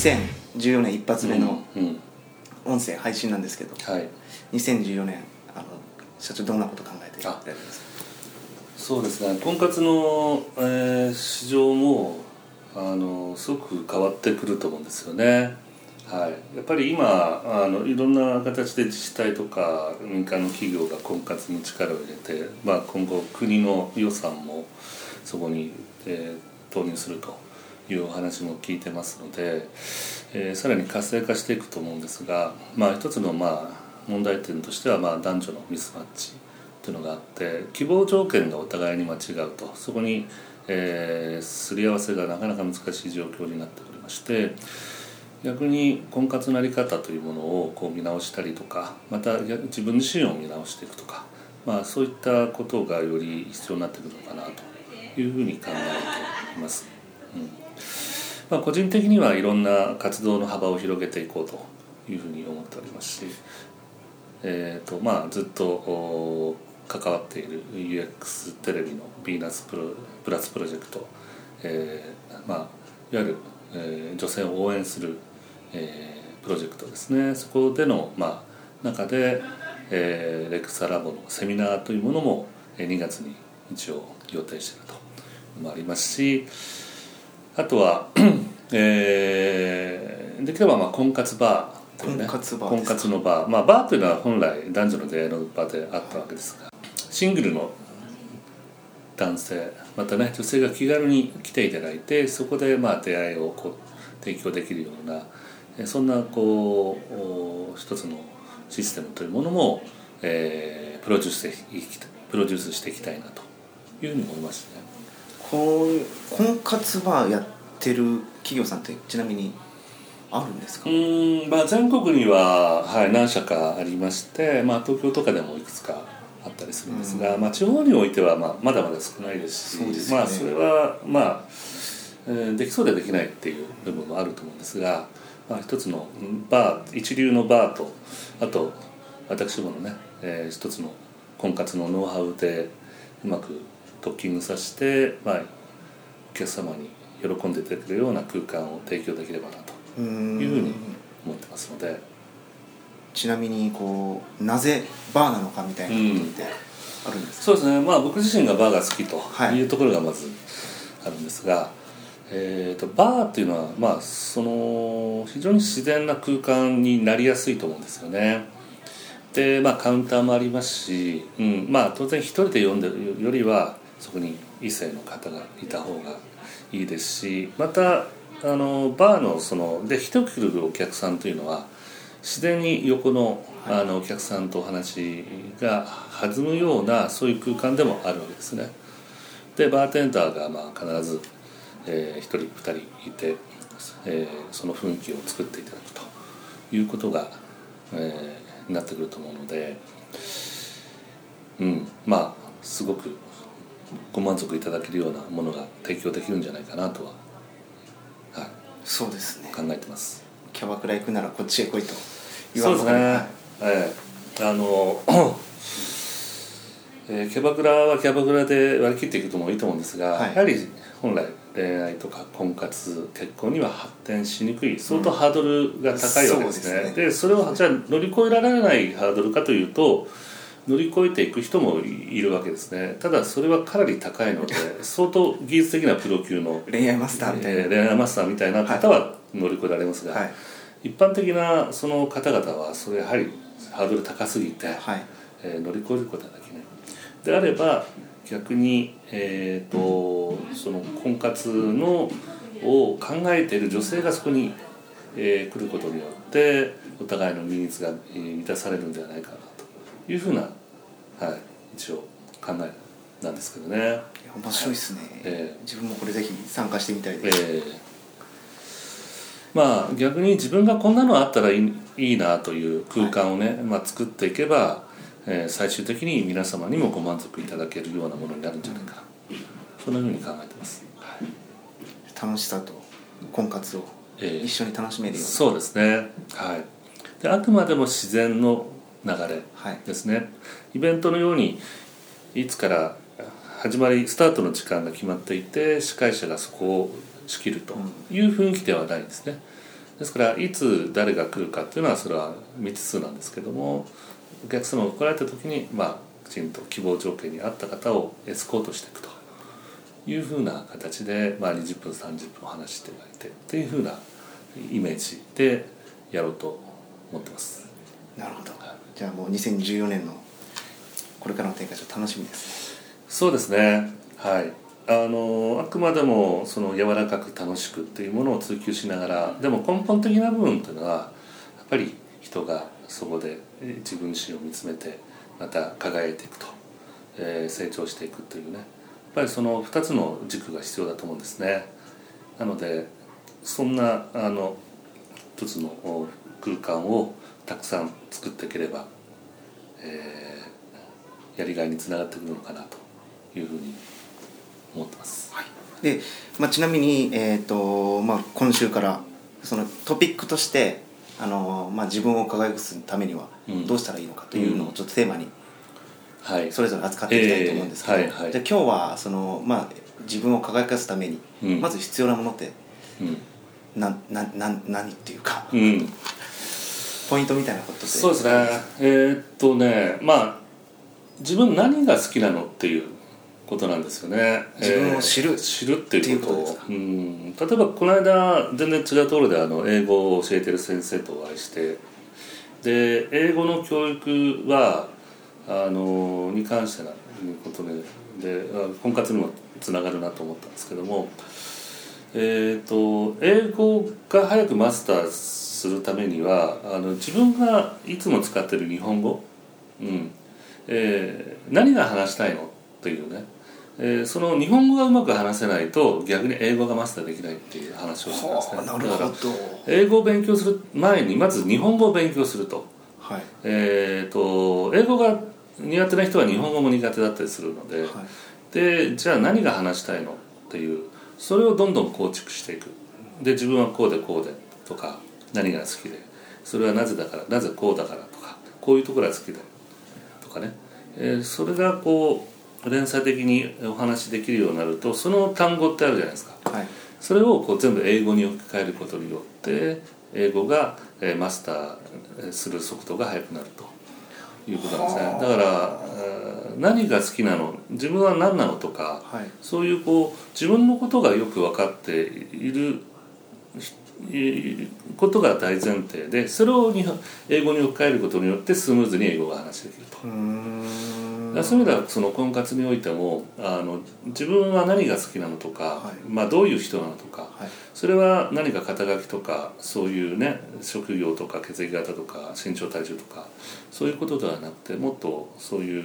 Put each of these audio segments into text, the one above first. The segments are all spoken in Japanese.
2014年一発目の音声配信なんですけど、はい、2014年社長どんなこと考えていられますか？ そうですね、婚活の、市場もすごく変わってくると思うんですよね。はい、やっぱり今いろんな形で自治体とか民間の企業が婚活に力を入れて、今後国の予算もそこに、投入するというお話も聞いてますので、さらに活性化していくと思うんですが、一つの問題点としては男女のミスマッチというのがあって、希望条件がお互いに違うと、そこに、すり合わせがなかなか難しい状況になっておりまして、逆に婚活の在り方というものを見直したりとか、また自分自身を見直していくとか、そういったことがより必要になってくるのかなというふうに考えています。個人的にはいろんな活動の幅を広げていこうというふうに思っておりますし、ずっと関わっている UX テレビのヴィーナスプラスプロジェクト、いわゆる、女性を応援する、プロジェクトですね。そこでの、中で、レクサラボのセミナーというものも2月に一応予定しているというのもありますし、あとは、できれば婚活バーというね、婚活のバー、バーというのは本来男女の出会いの場であったわけですが、シングルの男性またね女性が気軽に来ていただいて、そこで出会いを提供できるような、そんな一つのシステムというものも、プロデュースしていきたいなというふうに思いますね。 こういう婚活バーやってる企業さんってちなみにあるんですか？ 全国には、何社かありまして、東京とかでもいくつかあったりするんですが、地方においてはまだまだ少ないですし、 そうですよね。 それはできそうでできないっていう部分もあると思うんですが、一つのバー、一流のバーと、あと私どものね、一つの婚活のノウハウでうまくドッキングさせて、お客様に喜んでいただけるような空間を提供できればなというふうに思ってますので。 ちなみになぜバーなのかみたいなことってあるんですか？ そうですね、僕自身がバーが好きというところがまずあるんですが、バーっていうのは、その非常に自然な空間になりやすいと思うんですよね。で、カウンターもありますし、当然一人で呼んでるよりはそこに異性の方がいた方がいいですし、またバーので一人来るお客さんというのは自然に横のお客さんとお話が弾むようなそういう空間でもあるわけですね。でバーテンダーが必ず、1人2人いて、その雰囲気を作っていただくということが、なってくると思うので、すごくご満足いただけるようなものが提供できるんじゃないかなとは、 そうですね、 考えてます。 キャバクラ行くならこっちへ来いと言われて、 そうですね、キャバクラはキャバクラで割り切っていくともいいと思うんですが、やはり本来恋愛とか婚活結婚には発展しにくい、相当ハードルが高いわけですね。でそれをじゃあ乗り越えられないハードルかというと、乗り越えていく人もいるわけですね。ただそれはかなり高いので相当技術的なプロ級の恋愛マスターみたいな、 恋愛マスターみたいな方は乗り越えられますが、一般的なその方々はそれやはりハードル高すぎて、乗り越えることができないであれば、逆に、その婚活を考えている女性がそこに、来ることによってお互いのニーズが満たされるんではないかなというふうな、一応考えなんですけどね。 面白いですね、自分もこれぜひ参加してみたいです。 逆に自分がこんなのあったらいいなという空間をね、作っていけば、最終的に皆様にもご満足いただけるようなものになるんじゃないかな、そんなふうに考えてます。 楽しさと婚活を一緒に楽しめるような、 そうですね、であくまでも自然の流れですね、イベントのようにいつから始まりスタートの時間が決まっていて司会者がそこを仕切るという雰囲気ではないんですね。 ですからいつ誰が来るかっていうのはそれは未知数なんですけども、お客様が来られた時にきちんと希望条件に合った方をエスコートしていくというふうな形で、20分30分お話していただいてっていうふうなイメージでやろうと思ってます。 なるほど。じゃあもう2014年のこれからの展開ちょっと楽しみですね。 そうですね、はい。あくまでもその柔らかく楽しくっていうものを追求しながら、でも根本的な部分というのはやっぱり人がそこで自分自身を見つめてまた輝いていくと、成長していくというね、やっぱりその2つの軸が必要だと思うんですね。なのでそんな一つの空間をたくさん作っていければ、やりがいにつながってくるのかなというふうに思ってます。 はい。で、ちなみに、今週からそのトピックとして自分を輝かすためにはどうしたらいいのかというのをちょっとテーマにそれぞれ扱っていきたいと思うんですけど、じゃあ今日はその、自分を輝かすためにまず必要なものって、何っていうか、ポイントみたいなことで。 そうですね。自分何が好きなのっていうことなんですよね。 自分を知るっていうことですか。例えばこの間全然違うところで英語を教えてる先生とお会いして、で英語の教育はに関してなことで婚活にもつながるなと思ったんですけども、英語が早くマスターするためには自分がいつも使ってる日本語、何が話したいのっていうね、その日本語がうまく話せないと逆に英語がマスターできないっていう話をしてたんですね。 なるほど。 だから英語を勉強する前にまず日本語を勉強すると、英語が苦手な人は日本語も苦手だったりするので、でじゃあ何が話したいのっていう、それをどんどん構築していく。で自分はこうでこうでとか、何が好きでそれはなぜだから、なぜこうだからとか、こういうところが好きだとかね、それがこう連鎖的にお話しできるようになると、その単語ってあるじゃないですか、それをこう全部英語に置き換えることによって英語がマスターする速度が速くなるということなんですね。だから何が好きなの、自分は何なのとか、そういうこう自分のことがよく分かっていることが大前提で、それを英語に置き換えることによってスムーズに英語が話できると。そういう意味ではその婚活においても自分は何が好きなのとか、どういう人なのとか、それは何か肩書きとかそういうね、職業とか血液型とか身長体重とかそういうことではなくて、もっとそういう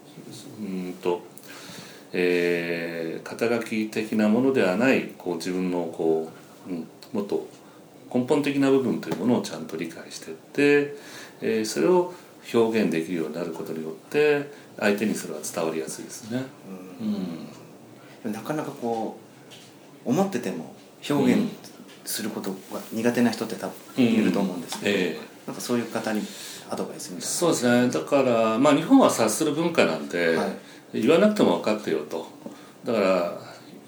肩書き的なものではないこう自分のこう、もっと根本的な部分というものをちゃんと理解していって、それを表現できるようになることによって相手にそれは伝わりやすいですね。 なかなかこう思ってても表現することが苦手な人って多分いると思うんですけど、なんかそういう方にアドバイスみたいな。 そうですね。だから日本は察する文化なんで、言わなくても分かってよと。だから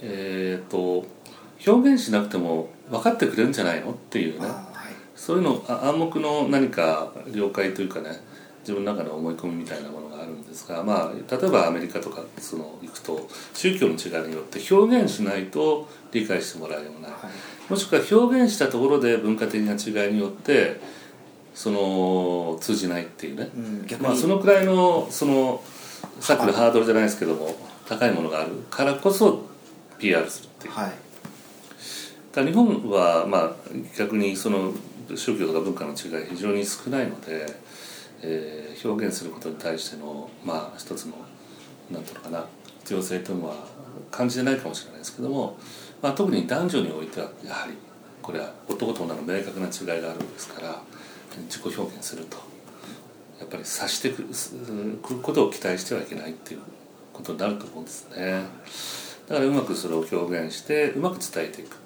表現しなくても分かってくれるんじゃないのっていうね、そういうの暗黙の何か了解というかね、自分の中の思い込みみたいなものがあるんですが、例えばアメリカとか行くと宗教の違いによって表現しないと理解してもらえようもない、もしくは表現したところで文化的な違いによって通じないっていうね、そのくらいのさっきのハードルじゃないですけども高いものがあるからこそ PR するっていう、日本は逆にその宗教とか文化の違い非常に少ないので、表現することに対しての一つのなんていうのかな、必要性というのは感じてないかもしれないですけども、特に男女においてはやはりこれは男と女の明確な違いがあるんですから、自己表現するとやっぱり察してくることを期待してはいけないっていうことになると思うんですね。だからうまくそれを表現してうまく伝えていく。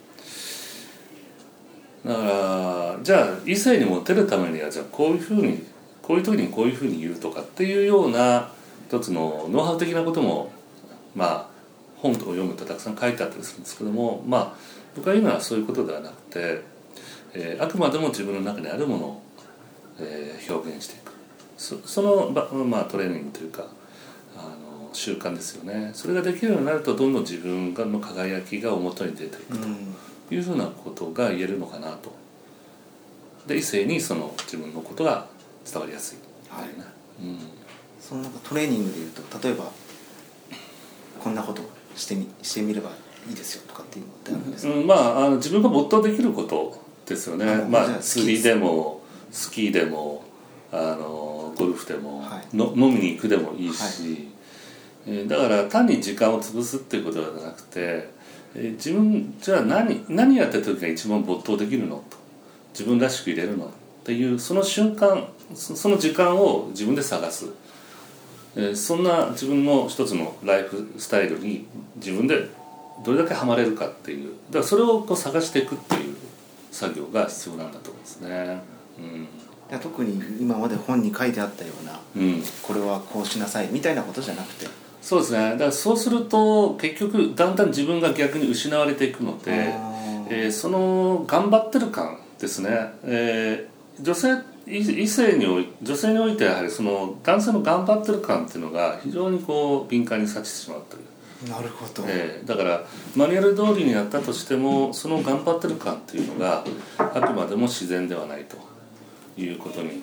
だからじゃあ異性にモテるためにはじゃあこういう時にこういうふうに言うとかっていうような一つのノウハウ的なことも本を読むとたくさん書いてあったりするんですけども、僕が言うのはそういうことではなくて、 あくまでも自分の中にあるものを、表現していくその、トレーニングというか習慣ですよね。それができるようになるとどんどん自分の輝きが表に出ていくというふうなことが言えるのかなと。で異性にその自分のことが伝わりやすいみたいな、 そのなんかトレーニングでいうと例えばこんなことしてみればいいですよとかっていうのってあるんですか？ 自分が没頭できることですよね。釣りでもスキーでもゴルフでも、飲みに行くでもいいし、だから単に時間を潰すっていうことではなくて、自分じゃあ何やってる時が一番没頭できるのと自分らしく入れるのっていうその瞬間その時間を自分で探す、そんな自分の一つのライフスタイルに自分でどれだけハマれるかっていうだからそれをこう探していくっていう作業が必要なんだと思うんですね。 特に今まで本に書いてあったような、これはこうしなさいみたいなことじゃなくて、 そうですね。だからそうすると結局だんだん自分が逆に失われていくので、その頑張ってる感ですね、女性においてはやはりその男性の頑張ってる感っていうのが非常にこう敏感に察知してしまうという。 なるほど、 だからマニュアル通りにやったとしてもその頑張ってる感っていうのがあくまでも自然ではないということに。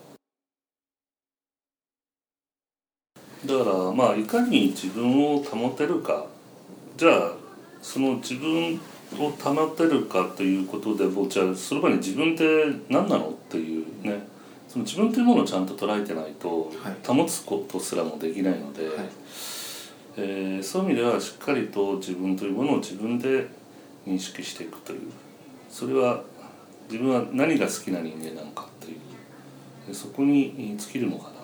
だからいかに自分を保てるか、じゃあその自分を保てるかということでじゃあその場に自分って何なのっていうね、その自分というものをちゃんと捉えてないと保つことすらもできないので、そういう意味ではしっかりと自分というものを自分で認識していくという、それは自分は何が好きな人間なのかというそこに尽きるのかなと、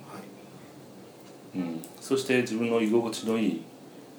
そして自分の居心地のいい、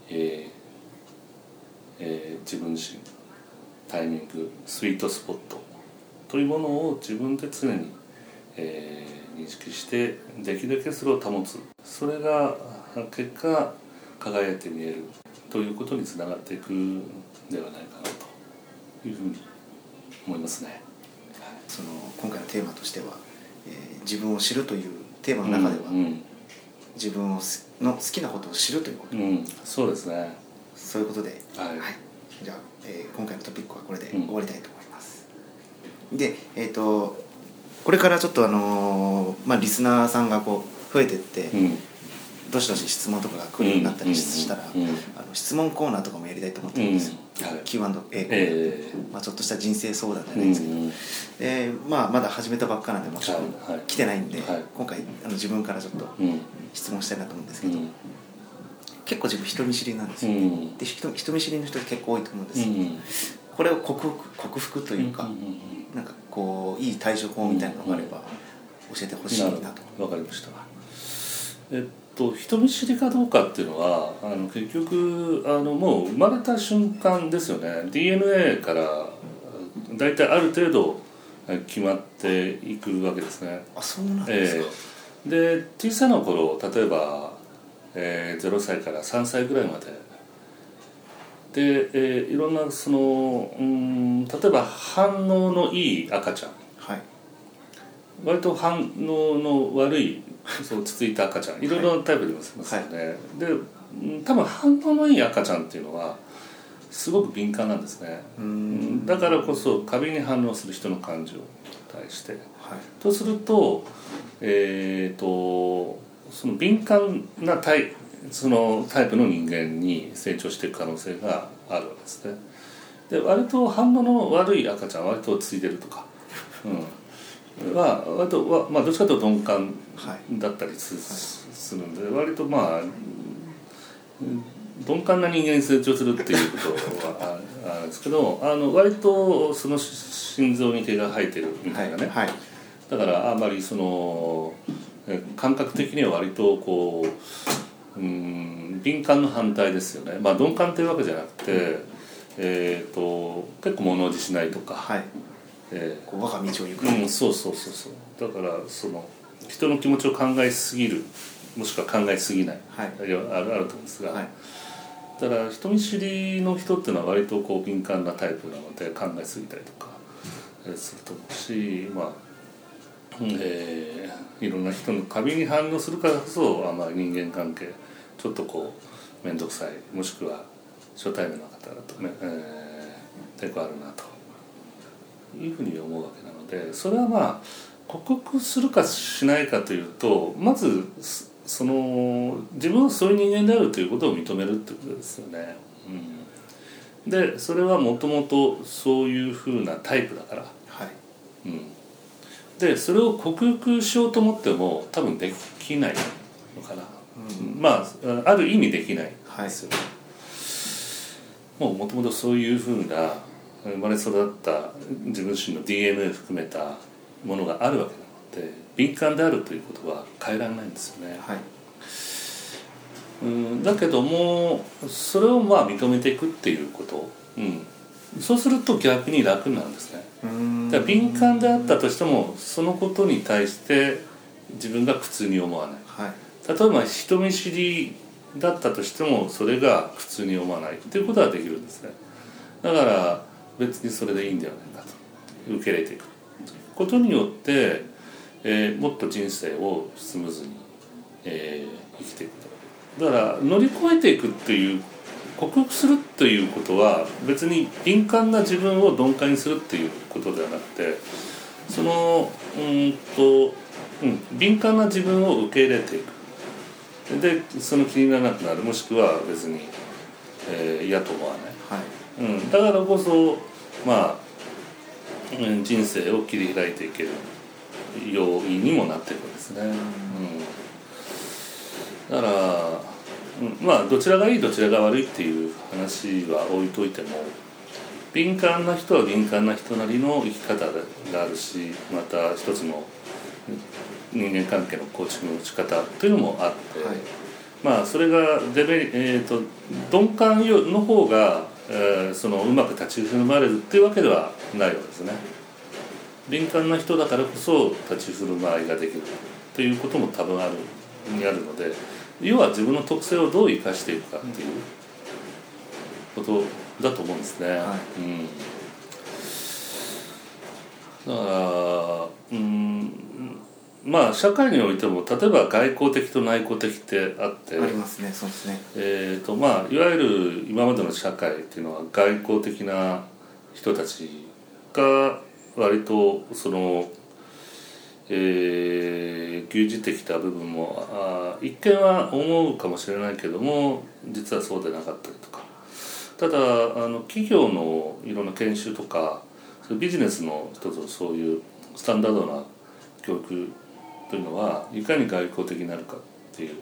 自分自身タイミングスイートスポットというものを自分で常に、認識してできるだけそれを保つ、それが結果輝いて見えるということにつながっていくんではないかなというふうに思いますね。 その今回のテーマとしては、自分を知るというテーマの中では、自分の好きなことを知るということ、 そうですね。 そういうことで、じゃあ、今回のトピックはこれで終わりたいと思います。で、これからちょっとリスナーさんがこう増えていって、どしどし質問とかが来るようになったりしたら、質問コーナーとかもやりたいと思ってるんですよ、Q&A、ちょっとした人生相談じゃないですけど、まだ始めたばっかなんでもちろん来てないんで、今回自分からちょっと質問したいなと思うんですけど、結構自分人見知りなんですよ、で人見知りの人結構多いと思うんですよ、これを克服というか、なんかこういい対処法みたいなのがあれば教えてほしいなと。 わかりました。人見知りかどうかっていうのは結局もう生まれた瞬間ですよね。 DNA からだいたいある程度決まっていくわけですね。 そうなんですか。 で小さな頃例えば、0歳から3歳ぐらいまでで、いろんなその例えば反応のいい赤ちゃん、割と反応の悪い落ち着いた赤ちゃんいろいろなタイプでいますよね、で多分反応のいい赤ちゃんっていうのはすごく敏感なんですね。だからこそ過敏に反応する人の感情に対して、とするとその敏感なそのタイプの人間に成長していく可能性があるわけですね。で割と反応の悪い赤ちゃんは割と落ち着いてるとか、割とどっちかというと鈍感だったりするんで、割と鈍感な人間に成長するっていうことはあるんですけど、割とその心臓に毛が生えてるみたいなね、だからあんまりその感覚的には割とこう敏感の反対ですよね。鈍感というわけじゃなくて、結構物おじしないとか、 我が道を行く、 そうだからその人の気持ちを考えすぎるもしくは考えすぎない、あると思うんですが、だから人見知りの人っていうのは割とこう敏感なタイプなので考えすぎたりとか、 すると思うし、いろんな人の過敏に反応するからこそ、人間関係ちょっと面倒くさい、もしくは初対面の方だとね、抵抗あるなというふうに思うわけなので、それは克服するかしないかというと、まず自分はそういう人間であるということを認めるってことですよね。でそれはもともとそういうふうなタイプだから、でそれを克服しようと思っても多分できないのかな、ある意味できないですよ、もともとそういうふうな生まれ育った自分自身の DNA 含めたものがあるわけなので、敏感であるということは変えられないんですよね、だけどもそれを認めていくっていうこと、そうすると逆に楽なんですね。だから敏感であったとしてもそのことに対して自分が苦痛に思わない、例えば人見知りだったとしてもそれが苦痛に思わないっていうことはできるんですね。だから別にそれでいいんではないかと受け入れていくことによって、もっと人生をスムーズに、生きていくと。だから乗り越えていくっていう、克服するということは別に敏感な自分を鈍感にするっていうことではなくて、敏感な自分を受け入れていく。でその気にならなくなる、もしくは別に、嫌と思わない、だからこそ人生を切り開いていける要因にもなっていくんですね、だからどちらがいいどちらが悪いっていう話は置いといても、敏感な人は敏感な人なりの生き方があるし、また一つの人間関係の構築の仕方というのもあって、それが鈍感の方が、うまく立ち振る舞われるっていうわけではないわけですね。敏感な人だからこそ立ち振る舞いができるということも多分あるので、要は自分の特性をどう生かしていくかっていうことだと思うんですね、だから社会においても例えば外交的と内向的ってあってありますね。そうですね。 いわゆる今までの社会っていうのは外交的な人たちが割と牛耳ってきた部分も一見は思うかもしれないけども実はそうでなかったりとか、ただ企業のいろんな研修とかビジネスの一つのそういうスタンダードな教育というのはいかに外交的になるかっていう、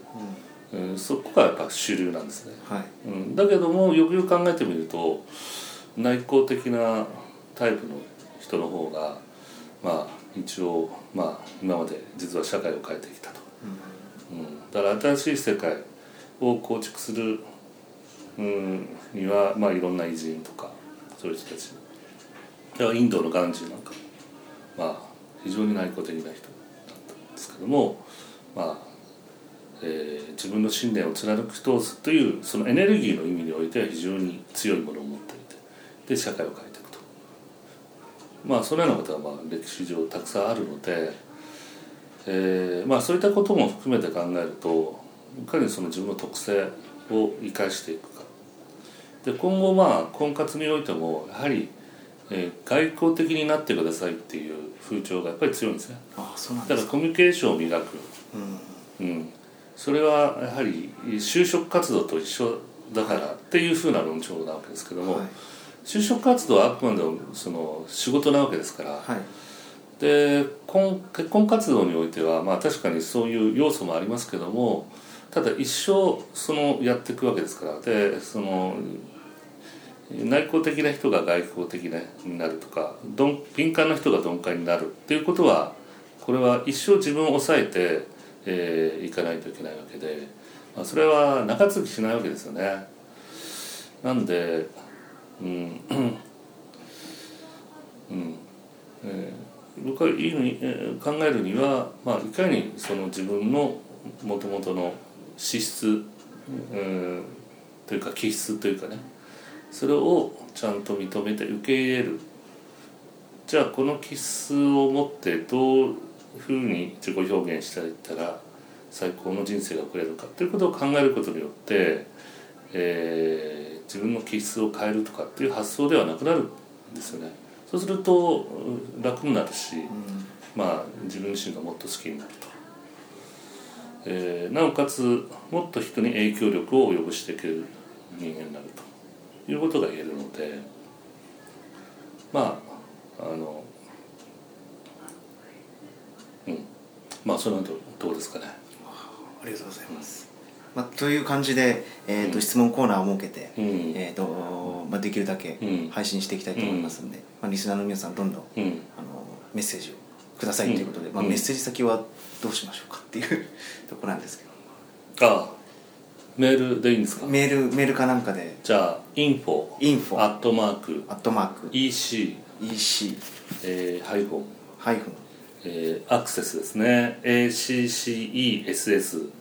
そこがやっぱ主流なんですね、だけどもよくよく考えてみると内向的なタイプの人の方が一応今まで実は社会を変えてきたと、だから新しい世界を構築するにはいろんな偉人とかそういう人たち、インドのガンジーなんか非常に内向的な人だったんですけども、自分の信念を貫き通すというそのエネルギーの意味においては非常に強いものを持っていて、で社会を変えていくと、そのようなことは歴史上たくさんあるので、そういったことも含めて考えるといかにその自分の特性を生かしていくかで、今後婚活においてもやはり、外交的になってくださいっていう風潮がやっぱり強いんですね。 そうなんですか。 だからコミュニケーションを磨く、それはやはり就職活動と一緒だからっていうふうな論調なわけですけども、就職活動はあくまでもその仕事なわけですから、で結婚活動においては確かにそういう要素もありますけども、ただ一生やっていくわけですから、で内向的な人が外交的になるとか敏感な人が鈍感になるっていうことは、これは一生自分を抑えていかないといけないわけで、それは長続きしないわけですよね。なんで僕はいいのに、考えるには、いかにその自分のもともとの資質、というか気質というかね、それをちゃんと認めて受け入れるじゃあこの気質を持ってどういうふうに自己表現していったら最高の人生が送れるかということを考えることによって、自分の気質を変えるとかっていう発想ではなくなるんですよね。そうすると楽になるし、自分自身がもっと好きになると、なおかつもっと人に影響力を及ぼしていける人間になるということが言えるので、その後どうですかね。 ありがとうございます。という感じで、質問コーナーを設けて、できるだけ配信していきたいと思いますので、リスナーの皆さんどんどん、メッセージをくださいということで、メッセージ先はどうしましょうかっていうところなんですけど。 メールでいいんですか。 メールかなんかで。 じゃあinfo EC ハイフンアクセスですね。ACCESS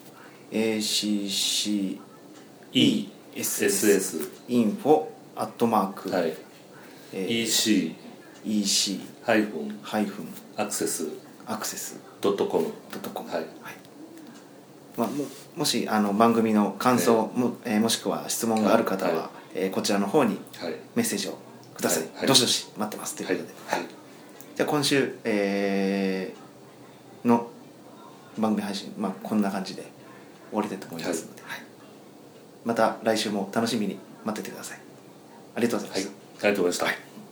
info EC ハイフンアクセス.com。 もし番組の感想もしくは質問がある方は、こちらの方にメッセージをください。どしどし待ってますということで、じゃあ今週、の番組配信、こんな感じで終わりたいと思いますので、また来週も楽しみに待っててください。ありがとうございました。 ありがとうございました。